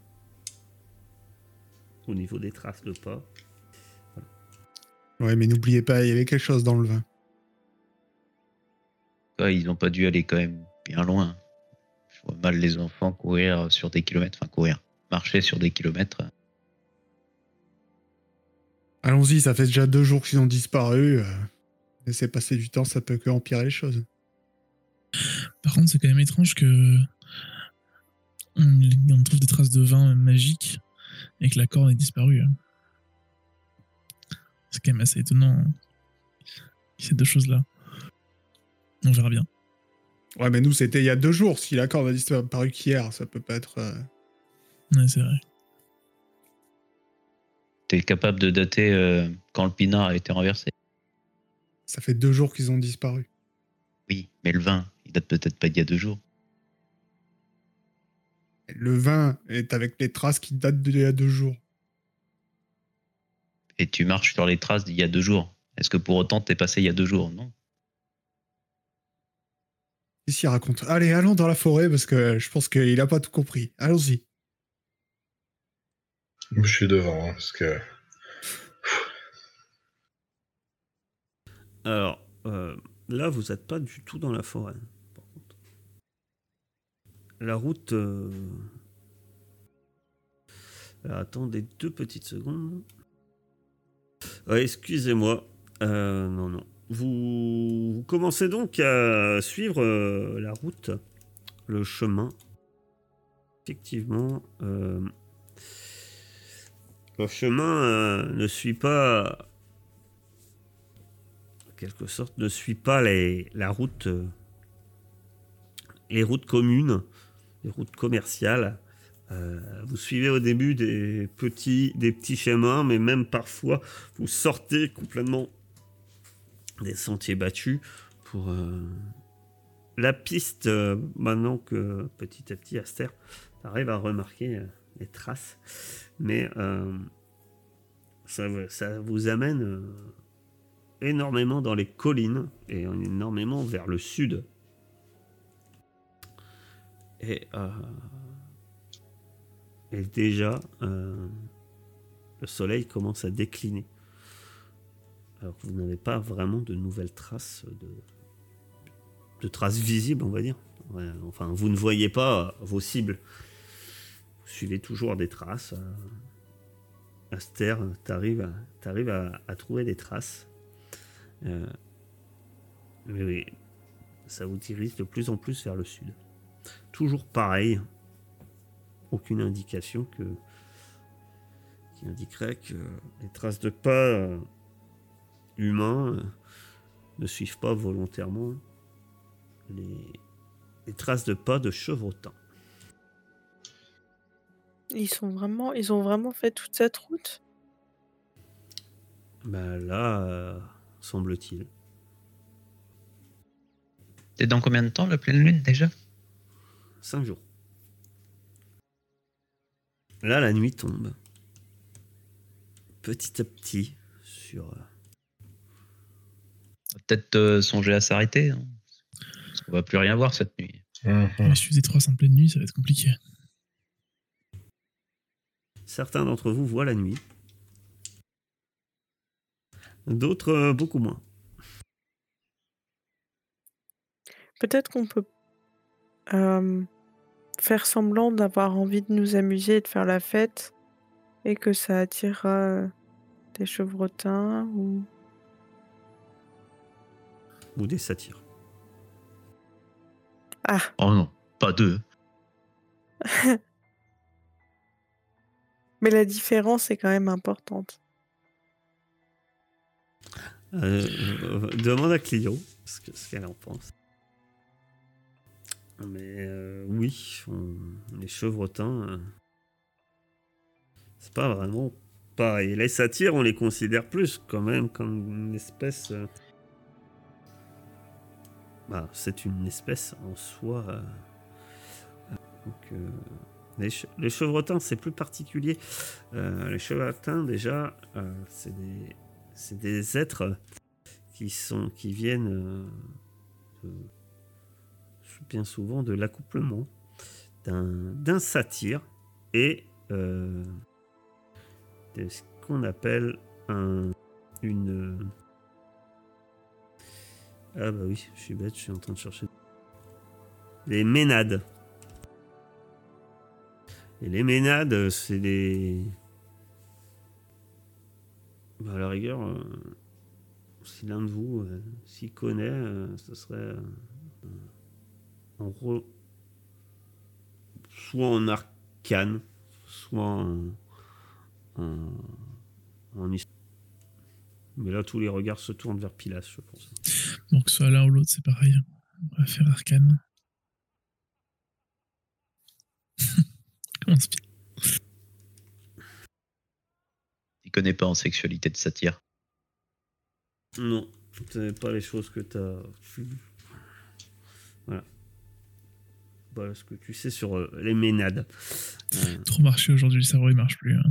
au niveau des traces de pas. Ouais, mais n'oubliez pas, il y avait quelque chose dans le vin. Ah, ils n'ont pas dû aller quand même bien loin. Je vois mal les enfants courir sur des kilomètres, enfin courir, marcher sur des kilomètres. Allons-y, ça fait déjà deux jours qu'ils ont disparu. Euh, laissez passer du temps, ça peut que empirer les choses. Par contre, c'est quand même étrange que on, on trouve des traces de vin magique et que la corne ait disparu. Hein. C'est quand même assez étonnant, hein, ces deux choses-là. On verra bien. Ouais, mais nous, c'était il y a deux jours. Si la corde a disparu qu'hier, ça peut pas être... Euh... Ouais, c'est vrai. T'es capable de dater euh, quand le pinard a été renversé? Ça fait deux jours qu'ils ont disparu. Oui, mais le vin, il date peut-être pas d'il y a deux jours. Le vin est avec les traces qui datent d'il y a deux jours. Et tu marches sur les traces d'il y a deux jours. Est-ce que pour autant t'es passé il y a deux jours? Non. Ici, il raconte. Allez, allons dans la forêt parce que je pense qu'il a pas tout compris. Allons-y. Je suis devant, hein, parce que... Alors, euh, là, vous n'êtes pas du tout dans la forêt. Par contre. La route... Euh... Alors, attendez deux petites secondes. Ouais, excusez-moi. Euh, non, non. Vous... vous commencez donc à suivre euh, la route, le chemin. Effectivement, euh... le chemin euh, ne suit pas... en quelque sorte, ne suit pas les, la route, euh, les routes communes, les routes commerciales. Euh, vous suivez au début des petits, des petits chemins, mais même parfois, vous sortez complètement des sentiers battus pour euh, la piste, euh, maintenant que petit à petit, Aster arrive à remarquer euh, les traces. Mais euh, ça, ça vous amène... Euh, énormément dans les collines et énormément vers le sud. Et, euh, et déjà, euh, le soleil commence à décliner. Alors que vous n'avez pas vraiment de nouvelles traces, de, de traces visibles, on va dire. Ouais, enfin, vous ne voyez pas vos cibles. Vous suivez toujours des traces. Aster, t'arrives à, t'arrives à, à trouver des traces. Euh, mais oui, ça vous dirige de plus en plus vers le sud. Toujours pareil. Aucune indication que, qui indiquerait que les traces de pas euh, humains euh, ne suivent pas volontairement les, les traces de pas de chevrotins. Ils sont vraiment, ils ont vraiment fait toute cette route? Bah là, euh, semble-t-il. C'est dans combien de temps la pleine lune déjà? Cinq jours. Là, la nuit tombe. Petit à petit, sur... On va peut-être euh, songer à s'arrêter. Hein, parce qu'on va plus rien voir cette nuit. Mhm. Mais si vous êtes trois en pleine nuit, ça va être compliqué. Certains d'entre vous voient la nuit. D'autres, euh, beaucoup moins. Peut-être qu'on peut euh, faire semblant d'avoir envie de nous amuser et de faire la fête et que ça attirera euh, des chevrotins ou... Ou des satyres. Ah, Oh non, pas deux. mais la différence est quand même importante. Euh, euh, demande à Clio ce que- ce qu'elle en pense. Mais euh, oui, on- les chevrotins, euh, c'est pas vraiment pareil. Les satyres, on les considère plus quand même comme une espèce. euh, Bah, c'est une espèce en soi. euh, donc, euh, les, che- les chevrotins, c'est plus particulier. Euh, les chevrotins, déjà, euh, c'est des, c'est des êtres qui sont, qui viennent euh, de- bien souvent de l'accouplement d'un, d'un satyre et euh, de ce qu'on appelle un, une. Ah bah oui, je suis bête, je suis en train de chercher. Les ménades. Et les ménades, c'est des. Bah à la rigueur, euh, si l'un de vous euh, s'y connaît, euh, ce serait euh, en gros soit en arcane, soit en, en, en histoire. Mais là, tous les regards se tournent vers Pilas, je pense. Donc, soit l'un ou l'autre, c'est pareil. On va faire arcane. Comment se Il connaît pas en sexualité de satire. Non, c'est pas les choses que t'as. Voilà. Voilà ce que tu sais sur euh, les ménades. Euh, trop marché aujourd'hui, le cerveau il marche plus. Hein.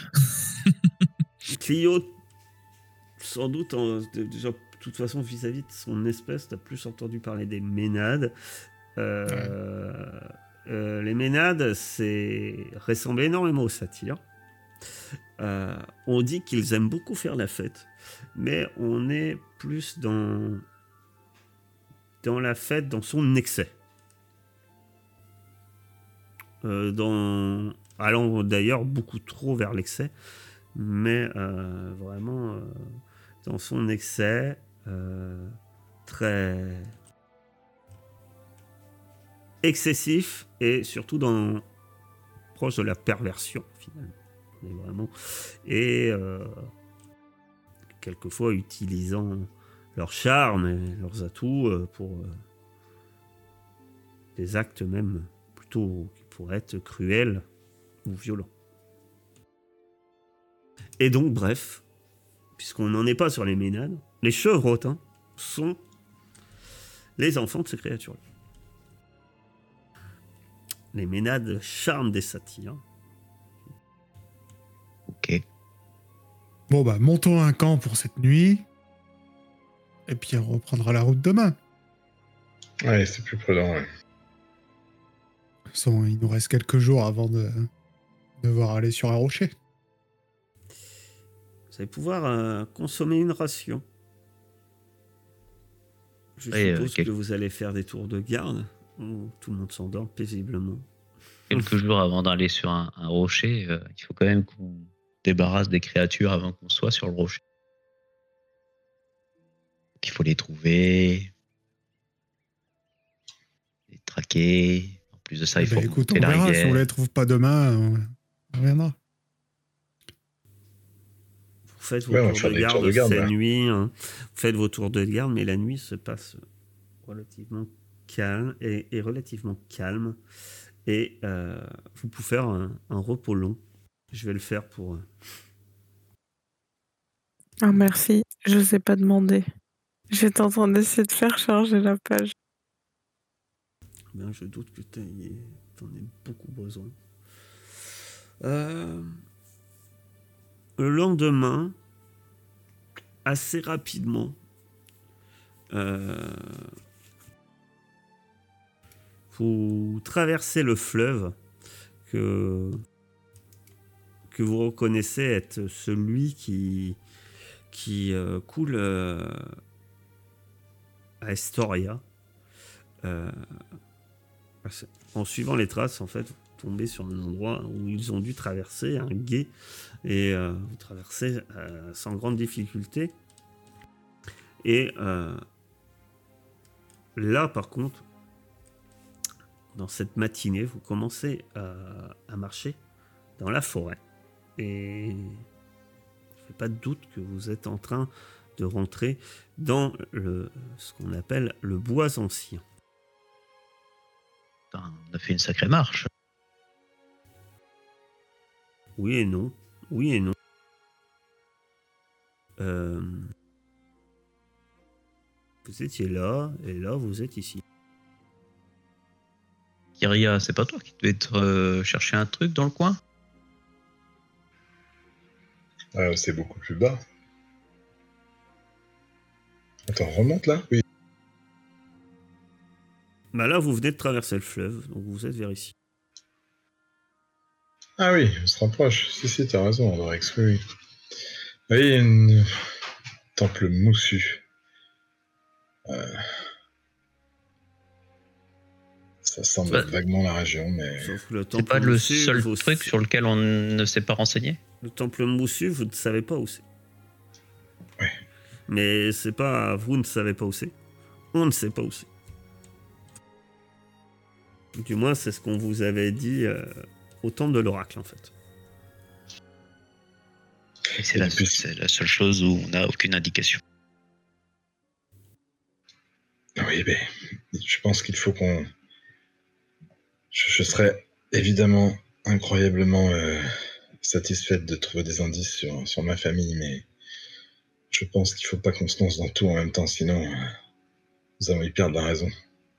Clio, sans doute, en, déjà, de toute façon, vis-à-vis de son espèce, t'as plus entendu parler des ménades. Euh, Ouais. euh, les ménades, c'est ressemble énormément aux satyres. Euh, on dit qu'ils aiment beaucoup faire la fête, mais on est plus dans dans la fête, dans son excès. Euh, dans allant d'ailleurs beaucoup trop vers l'excès, mais euh, vraiment euh, dans son excès euh, très excessif et surtout dans proche de la perversion finalement. Mais vraiment et euh, quelquefois utilisant leur charme et leurs atouts euh, pour euh, des actes même plutôt qui pourraient être cruels ou violents. Et donc, bref, puisqu'on n'en est pas sur les ménades, les chevrotins sont les enfants de ces créatures. Les ménades charment des satyres. Ok. Bon, bah, montons un camp pour cette nuit. Et puis, on reprendra la route demain. Ouais, c'est plus prudent. Ouais. toute façon, il nous reste quelques jours avant de devoir aller sur un rocher. Vous allez pouvoir euh, consommer une ration. Je Et, euh, suppose quel- que vous allez faire des tours de garde où tout le monde s'endort paisiblement. Quelques jours avant d'aller sur un, un rocher, euh, il faut quand même qu'on débarrasse des créatures avant qu'on soit sur le rocher. Donc, il faut les trouver, les traquer. En plus de ça, Eh il faut ben, écoute, on remonter la verra. Si on rivière. les trouve pas demain, on, on reviendra. Vous faites vos Ouais, on va tours faire de des garde tours de garde, cette là. nuit. Hein. Vous faites vos tours de garde, mais la nuit se passe relativement calme et, et relativement calme. Et euh, vous pouvez faire un, un repos long. Je vais le faire pour. euh, Ah, merci. Je sais pas demander. J'étais en train d'essayer de faire charger la page. Bien, je doute que tu en aies beaucoup besoin. Euh, le lendemain, assez rapidement, euh, vous traversez le fleuve que, que vous reconnaissez être celui qui, qui euh, coule euh, à Estoria. Euh, en suivant les traces, en fait, vous tombez sur un endroit où ils ont dû traverser un gué et euh, vous traversez euh, sans grande difficulté. Et euh, là, par contre, dans cette matinée, vous commencez à, à marcher dans la forêt. Et il ne fait pas de doute que vous êtes en train de rentrer dans le, ce qu'on appelle le bois ancien. Putain, on a fait une sacrée marche. Oui et non. Oui et non. Euh, vous étiez là, et là, vous êtes ici. Kyria, c'est pas toi qui devais être euh, chercher un truc dans le coin? Euh, c'est beaucoup plus bas. Attends, remonte là? Oui. Bah là, vous venez de traverser le fleuve, donc vous êtes vers ici. Ah oui, on se rapproche. Si, si, t'as raison, Andrex. Oui, oui. Oui, une... temple moussu. Euh... Ça semble Bah, être vaguement la région, mais... Sauf que le C'est temple pas le moussu, seul vous- truc sur lequel on ne s'est pas renseigné? Le temple moussu, vous ne savez pas où c'est. Ouais. Mais c'est pas vous ne savez pas où c'est. On ne sait pas où c'est. Du moins, c'est ce qu'on vous avait dit euh, au temple de l'oracle, en fait. Et c'est Et la, depuis- c'est la seule chose où on n'a aucune indication. Oui, mais je pense qu'il faut qu'on... Je, je serais évidemment incroyablement euh, satisfaite de trouver des indices sur, sur ma famille, mais je pense qu'il faut pas qu'on se lance dans tout en même temps, sinon euh, nous allons y perdre la raison.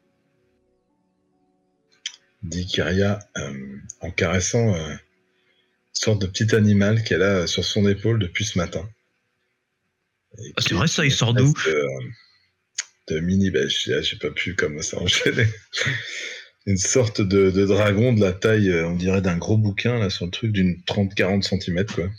Dit Kyria euh, en caressant euh, une sorte de petit animal qu'elle a sur son épaule depuis ce matin. Et Ah, c'est qui vrai, est ça, une il sort d'où? espèce de, de mini, bah, j'ai j'ai pas pu comme ça enchaîner. Une sorte de, de dragon de la taille, euh, on dirait, d'un gros bouquin, là, sur le truc d'une trente à quarante centimètres, quoi.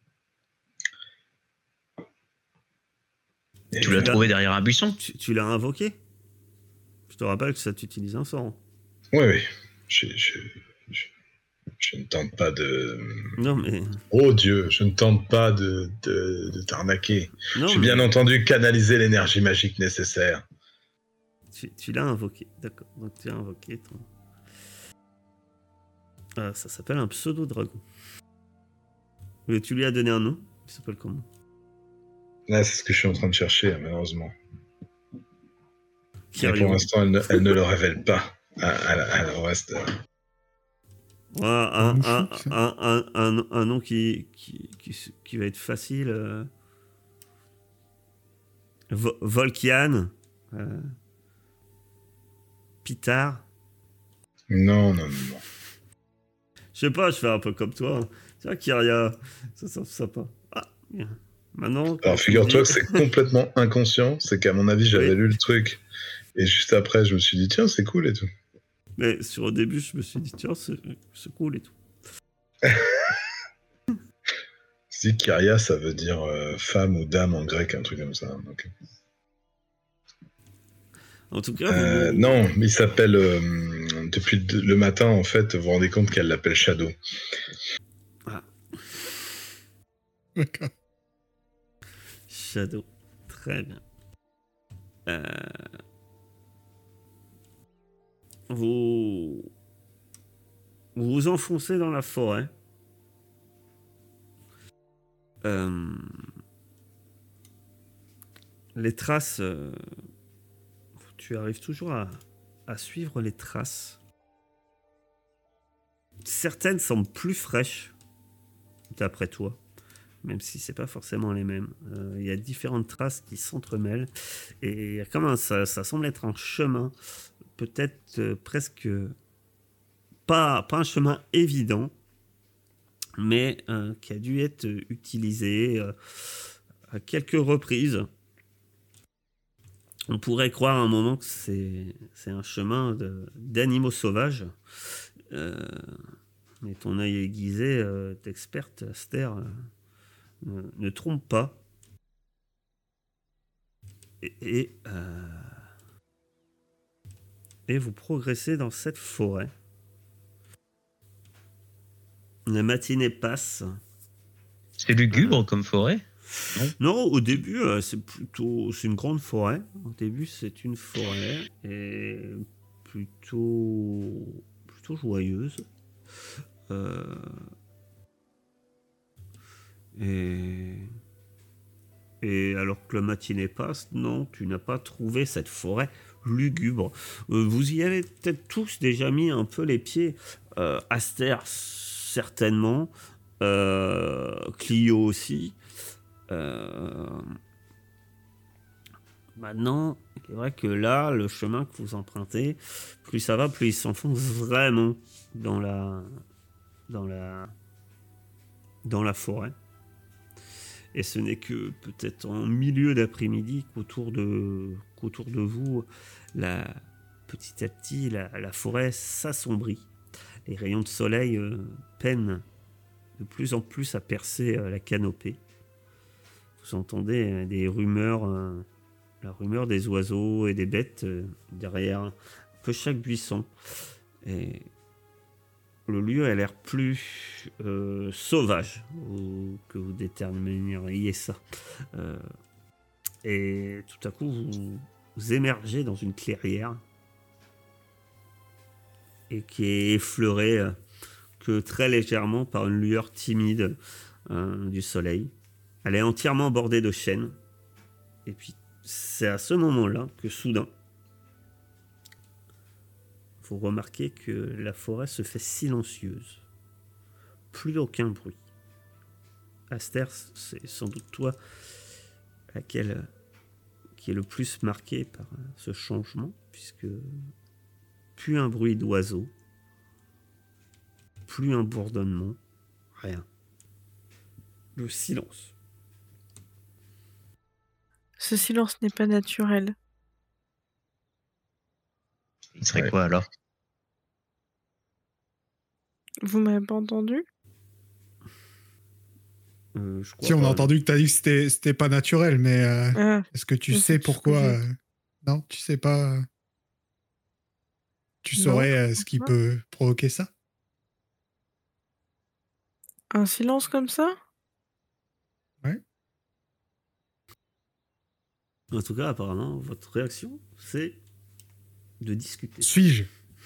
Et Tu l'as Tu l'as- trouvé derrière un buisson? Tu, tu l'as invoqué? Je te rappelle que ça t'utilise un sort. Oui, oui. Je, je, je, je ne tente pas de... Non, mais... Oh Dieu, je ne tente pas de, de, de t'arnaquer. Non, J'ai mais bien entendu canaliser l'énergie magique nécessaire. tu, tu l'as invoqué. D'accord. Donc tu as invoqué ton... Ah, ça s'appelle un pseudo-dragon. Mais tu lui as donné un nom? Il s'appelle comment? Là, c'est ce que je suis en train de chercher, malheureusement. Mais Kyrion. pour l'instant, elle ne, elle ne le révèle pas à, à, la- à le reste. Ouais, un, Moussu, un, ça. un, un, un, un nom qui, qui, qui, qui va être facile. Euh... Vo- Volkian. Euh... Pitar. Non, non, non, non. Je sais pas, je fais un peu comme toi. Hein. Tiens, Kyria, ça sent sympa. Ah, bien. Maintenant. quand Alors, tu figure-toi dis- que c'est complètement inconscient. C'est qu'à mon avis, j'avais Oui. lu le truc. Et juste après, je me suis dit, tiens, c'est cool et tout. Mais sur le début, je me suis dit, tiens, c'est, c'est cool et tout. Si Kyria, ça veut dire euh, femme ou dame en grec, un truc comme ça. Donc... En tout cas, euh, vous... non, il s'appelle euh, depuis le matin, en fait, vous vous rendez compte qu'elle l'appelle Shadow. Ah. D'accord. Shadow, très bien. Euh... Vous... vous vous enfoncez dans la forêt. Euh... Les traces... Euh... Tu arrives toujours à... à suivre les traces. Certaines semblent plus fraîches, d'après toi, même si c'est pas forcément les mêmes. Il euh, y a différentes traces qui s'entremêlent et y a comme un, ça, ça semble être un chemin, peut-être euh, presque pas, pas un chemin évident, mais euh, qui a dû être utilisé euh, à quelques reprises. On pourrait croire à un moment que c'est, c'est un chemin de, d'animaux sauvages. Euh, mais ton œil aiguisé euh, d'experte, Aster, euh, ne, ne trompe pas. Et, et, euh, et vous progressez dans cette forêt. La matinée passe. C'est lugubre euh, comme forêt? Non, non, au début, euh, c'est plutôt... C'est une grande forêt. Au début, c'est une forêt et plutôt... plutôt joyeuse. Euh... Et... Et alors que la matinée passe, non, tu n'as pas trouvé cette forêt lugubre. Euh, vous y avez peut-être tous déjà mis un peu les pieds. Euh, Aster, certainement. Euh, Clio aussi. Euh... Maintenant, c'est vrai que là, le chemin que vous empruntez, plus ça va, plus il s'enfonce vraiment dans la, dans la, dans la forêt. Et ce n'est que peut-être en milieu d'après-midi qu'autour de, qu'autour de vous, la, petit à petit, la, la forêt s'assombrit. Les rayons de soleil euh, peinent de plus en plus à percer euh, la canopée. Vous entendez euh, des rumeurs, euh, la rumeur des oiseaux et des bêtes euh, derrière un peu chaque buisson. Et le lieu a l'air plus euh, sauvage ou que vous détermineriez ça. Euh, et tout à coup, vous, vous émergez dans une clairière et qui est effleurée euh, que très légèrement par une lueur timide euh, du soleil. Elle est entièrement bordée de chênes. Et puis, c'est à ce moment-là que soudain, vous remarquez que la forêt se fait silencieuse. Plus aucun bruit. Aster, c'est sans doute toi laquelle qui est le plus marquée par ce changement, puisque plus un bruit d'oiseau, plus un bourdonnement, rien. Le silence. Ce silence n'est pas naturel. Il serait Ouais. quoi alors? Vous m'avez pas entendu? Euh, je crois Si, on pas, a entendu que tu as dit que c'était, c'était pas naturel, mais euh, Ah, est-ce que tu c'est sais tout ce que pourquoi j'ai euh, Non, tu sais pas. euh, Tu Non, saurais je euh, pense ce qui pas. peut provoquer ça? Un silence comme ça? En tout cas, apparemment, votre réaction, c'est de discuter. Se fige.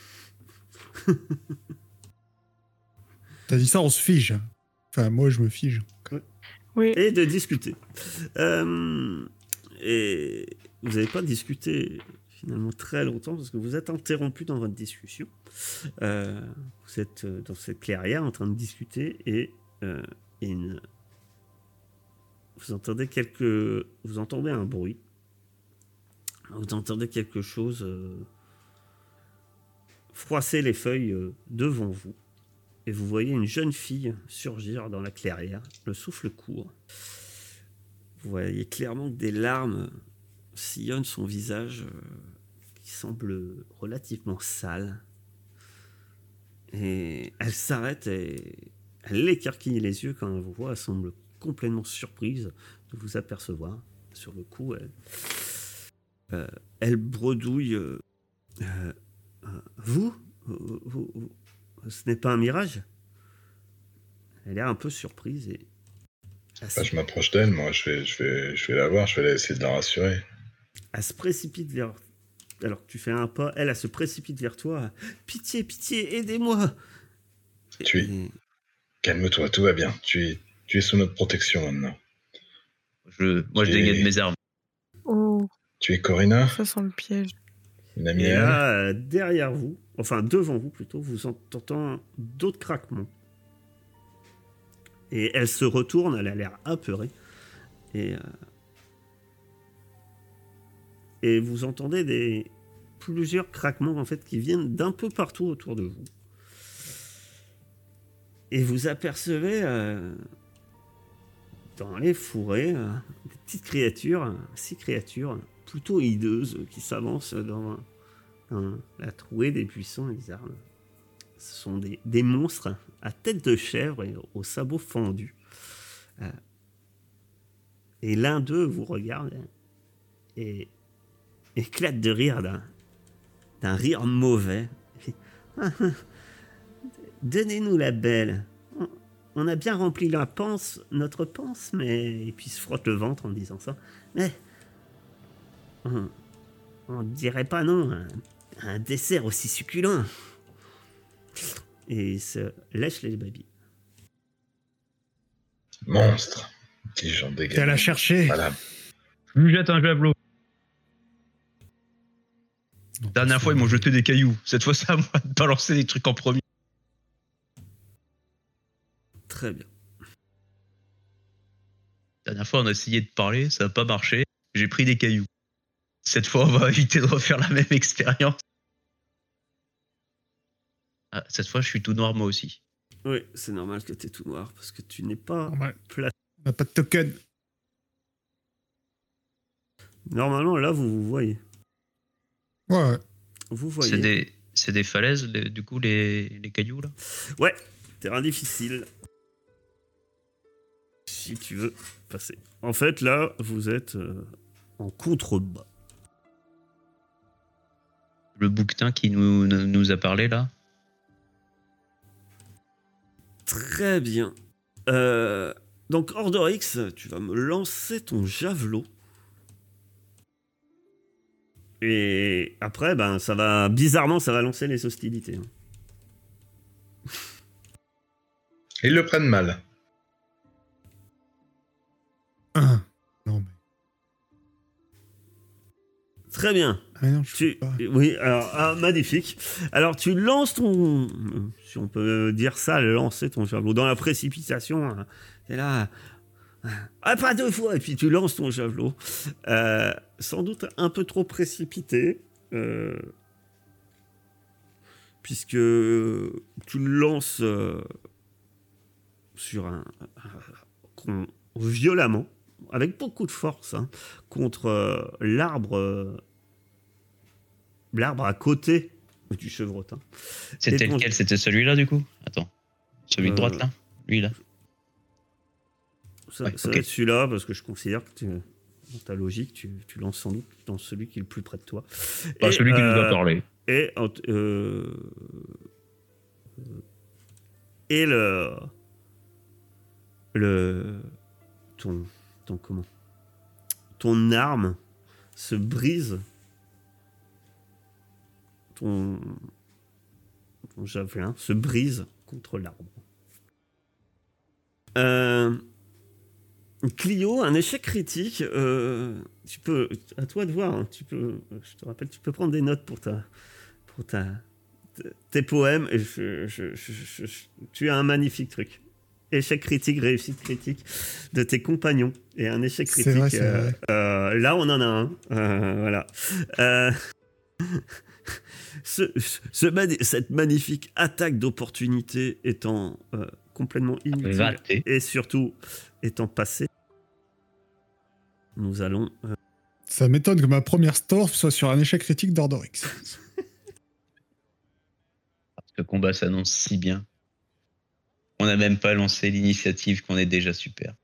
T'as dit ça, on se fige. Enfin, moi, je me fige. Oui. Et de discuter. Euh, et vous n'avez pas discuté finalement très longtemps parce que vous êtes interrompu dans votre discussion. Euh, vous êtes dans cette clairière en train de discuter et euh, une... vous entendez quelque... vous entendez un bruit. Vous entendez quelque chose euh, froisser les feuilles euh, devant vous. Et vous voyez une jeune fille surgir dans la clairière, le souffle court. Vous voyez clairement que des larmes sillonnent son visage euh, qui semble relativement sale. Et elle s'arrête et elle écarquille les yeux quand elle vous voit. Elle semble complètement surprise de vous apercevoir. Sur le coup, elle, euh, elle bredouille. Euh, euh, vous, vous, vous, vous Ce n'est pas un mirage? Elle a l'air un peu surprise et. Bah, je m'approche d'elle, moi, je vais, je, vais, je vais la voir, je vais essayer de la rassurer. Elle se précipite vers. Alors que tu fais un pas, elle, elle se précipite vers toi. Pitié, pitié, aidez-moi. Tu es. Et... Calme-toi, tout va bien. Tu es, tu es sous notre protection maintenant. Je, moi, tu je dégaine es... mes armes. Oh. Tu es Corinna? Ça sent le piège. Une amie et à là, euh, derrière vous, enfin devant vous plutôt, vous entendez d'autres craquements. Et elle se retourne, elle a l'air apeurée. Et, euh, et vous entendez des, plusieurs craquements en fait, qui viennent d'un peu partout autour de vous. Et vous apercevez euh, dans les fourrés euh, des petites créatures, six créatures plutôt hideuses qui s'avancent dans, dans la trouée des buissons et des arbres. Ce sont des, des monstres à tête de chèvre et aux sabots fendus. Euh, et l'un d'eux vous regarde et éclate de rire d'un, d'un rire mauvais. Donnez-nous la belle. On, on a bien rempli la panse, notre panse, mais... Et puis il se frotte le ventre en disant ça. Mais... On, on dirait pas non, un, un dessert aussi succulent. Et il se lèche les babys. Monstre, dis-je en dégâts. T'es allé la chercher. Voilà. Je lui jette un javelot. La dernière fois, ils m'ont jeté des cailloux. Cette fois, c'est à moi de balancer des trucs en premier. Très bien. La dernière fois, on a essayé de parler, ça n'a pas marché. J'ai pris des cailloux. Cette fois, on va éviter de refaire la même expérience. Ah, cette fois, je suis tout noir moi aussi. Oui, c'est normal que tu es tout noir parce que tu n'es pas ouais. plat. On n'a pas de token. Normalement, là, vous vous voyez. Ouais. Vous voyez. C'est des, c'est des falaises, les, du coup, les, les cailloux, là? Ouais, terrain difficile. Si tu veux passer. En fait, là, vous êtes euh, en contrebas. Le bouquetin qui nous, nous a parlé, là? Très bien. Euh, donc, Ordorix, tu vas me lancer ton javelot. Et après, ben, ça va... Bizarrement, ça va lancer les hostilités. Ils le prennent mal. Ah, non, mais... Très bien. Ah non, je tu... peux pas. Oui, alors, ah, magnifique. Alors, tu lances ton... Si on peut dire ça, lancer ton javelot. Dans la précipitation, hein, t'es là... Ah, pas deux fois. Et puis tu lances ton javelot. Euh, sans doute un peu trop précipité. Euh, puisque tu le lances euh, sur un, un, un... violemment, avec beaucoup de force, hein, contre euh, l'arbre... Euh, l'arbre à côté du chevrotin. C'était ton... lequel? C'était celui-là, du coup? Attends. Celui de droite, là? Lui, là? Ça, ouais, ça okay. va être celui-là, parce que je considère que tu, dans ta logique, tu, tu lances sans doute dans celui qui est le plus près de toi. Pas et, celui qui euh, nous a parlé. Et, euh, et le... Le... Ton... Ton comment? Ton arme se brise. Ton... Ton javelin se brise contre l'arbre. Euh... Clio, un échec critique. Euh, tu peux, à toi de voir. Hein, tu peux, je te rappelle, tu peux prendre des notes pour ta, pour ta, tes poèmes. Et je, je, je, je, je, tu as un magnifique truc. Échec critique, réussite critique de tes compagnons et un échec critique. C'est vrai, c'est euh, vrai. Euh, là, on en a un. Euh, voilà. Euh, ce, ce, cette magnifique attaque d'opportunité étant euh, complètement inutile Raté. Et surtout étant passée. Nous allons... Euh... Ça m'étonne que ma première store soit sur un échec critique d'Ordorix. Parce Ce combat s'annonce si bien. On n'a même pas lancé l'initiative qu'on est déjà super.